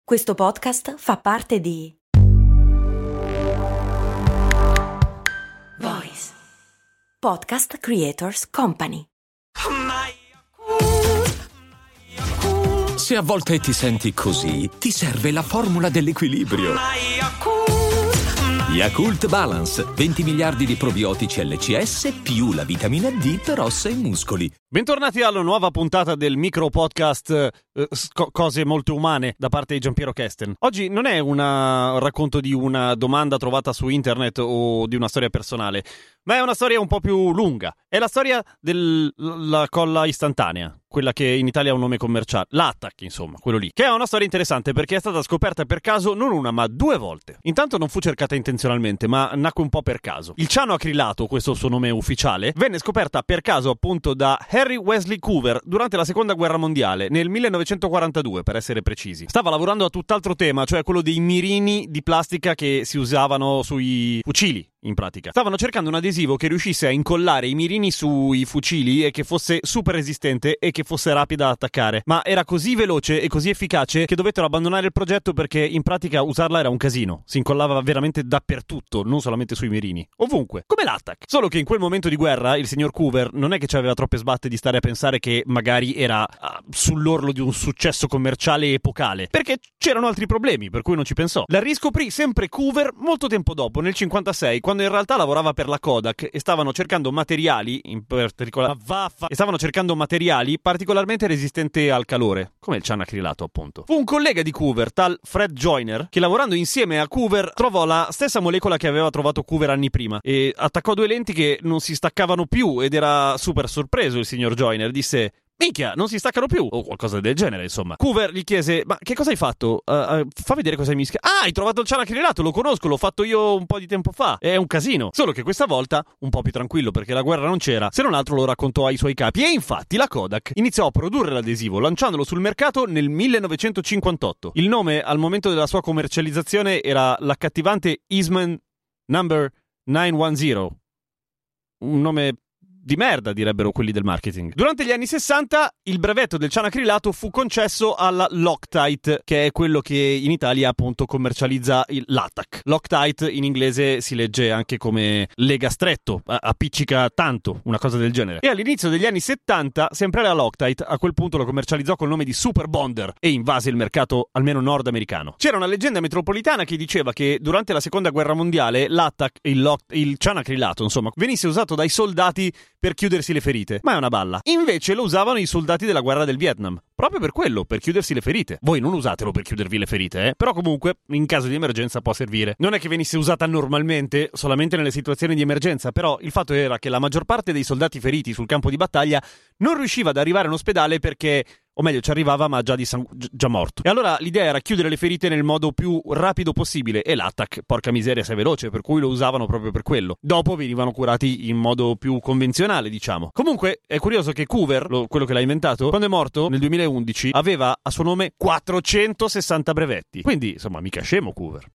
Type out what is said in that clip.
Questo podcast fa parte di Voice Podcast Creators Company. Se a volte ti senti così, ti serve la formula dell'equilibrio. Yakult Balance, 20 miliardi di probiotici LCS più la vitamina D per ossa e muscoli. Bentornati alla nuova puntata del micro podcast Cose molto umane da parte di Giampiero Kesten. Oggi non è un racconto di una domanda trovata su internet o di una storia personale, ma è una storia un po' più lunga. È la storia della colla istantanea, quella che in Italia ha un nome commerciale, l'Attack, insomma, quello lì, che è una storia interessante perché è stata scoperta per caso non una ma 2 volte. Intanto non fu cercata intenzionalmente, ma nacque un po' per caso. Il ciano acrilato, questo è il suo nome ufficiale, venne scoperta per caso appunto da Harry Wesley Coover durante la seconda guerra mondiale, nel 1942 per essere precisi. Stava lavorando a tutt'altro tema, cioè quello dei mirini di plastica che si usavano sui fucili. In pratica stavano cercando un adesivo che riuscisse a incollare i mirini sui fucili e che fosse super resistente e che fosse rapida ad attaccare, ma era così veloce e così efficace che dovettero abbandonare il progetto perché in pratica usarla era un casino. Si incollava veramente dappertutto, non solamente sui mirini, ovunque, come l'Attack. Solo che in quel momento di guerra il signor Coover non è che ci aveva troppe sbatte di stare a pensare che magari era sull'orlo di un successo commerciale epocale, perché c'erano altri problemi per cui non ci pensò. La riscoprì sempre Coover molto tempo dopo, nel 1956, quando in realtà lavorava per la Kodak e stavano cercando materiali particolarmente resistenti al calore, come il ciano acrilato appunto. Fu un collega di Coover, tal Fred Joyner, che lavorando insieme a Coover trovò la stessa molecola che aveva trovato Coover anni prima e attaccò 2 lenti che non si staccavano più ed era super sorpreso il signor Joyner. Disse: minchia, non si staccano più, o qualcosa del genere, insomma. Coover gli chiese: ma che cosa hai fatto? Fa vedere cosa hai mischiato. Ah, hai trovato il ciano acrilato, lo conosco, l'ho fatto io un po' di tempo fa. È un casino. Solo che questa volta un po' più tranquillo perché la guerra non c'era, se non altro lo raccontò ai suoi capi. E infatti la Kodak iniziò a produrre l'adesivo lanciandolo sul mercato nel 1958. Il nome al momento della sua commercializzazione era l'accattivante Eastman Number 910. Un nome di merda, direbbero quelli del marketing. Durante gli anni 60 il brevetto del ciano acrilato fu concesso alla Loctite, che è quello che in Italia appunto commercializza l'Attack. Loctite in inglese si legge anche come lega stretto, appiccica tanto, una cosa del genere. E all'inizio degli anni 70 sempre la Loctite a quel punto lo commercializzò col nome di Super Bonder e invase il mercato almeno nordamericano. C'era una leggenda metropolitana che diceva che durante la seconda guerra mondiale l'Attack, il ciano acrilato insomma, venisse usato dai soldati per chiudersi le ferite, ma è una balla. Invece lo usavano i soldati della guerra del Vietnam, proprio per quello, per chiudersi le ferite. Voi non usatelo per chiudervi le ferite, però comunque in caso di emergenza può servire. Non è che venisse usata normalmente, solamente nelle situazioni di emergenza, però il fatto era che la maggior parte dei soldati feriti sul campo di battaglia non riusciva ad arrivare in ospedale perché, o meglio, ci arrivava ma già morto. E allora l'idea era chiudere le ferite nel modo più rapido possibile e l'Attack, porca miseria, sei veloce, per cui lo usavano proprio per quello. Dopo venivano curati in modo più convenzionale, diciamo. Comunque è curioso che Coover, quello che l'ha inventato, quando è morto nel 2011 aveva a suo nome 460 brevetti. Quindi insomma mica scemo Coover.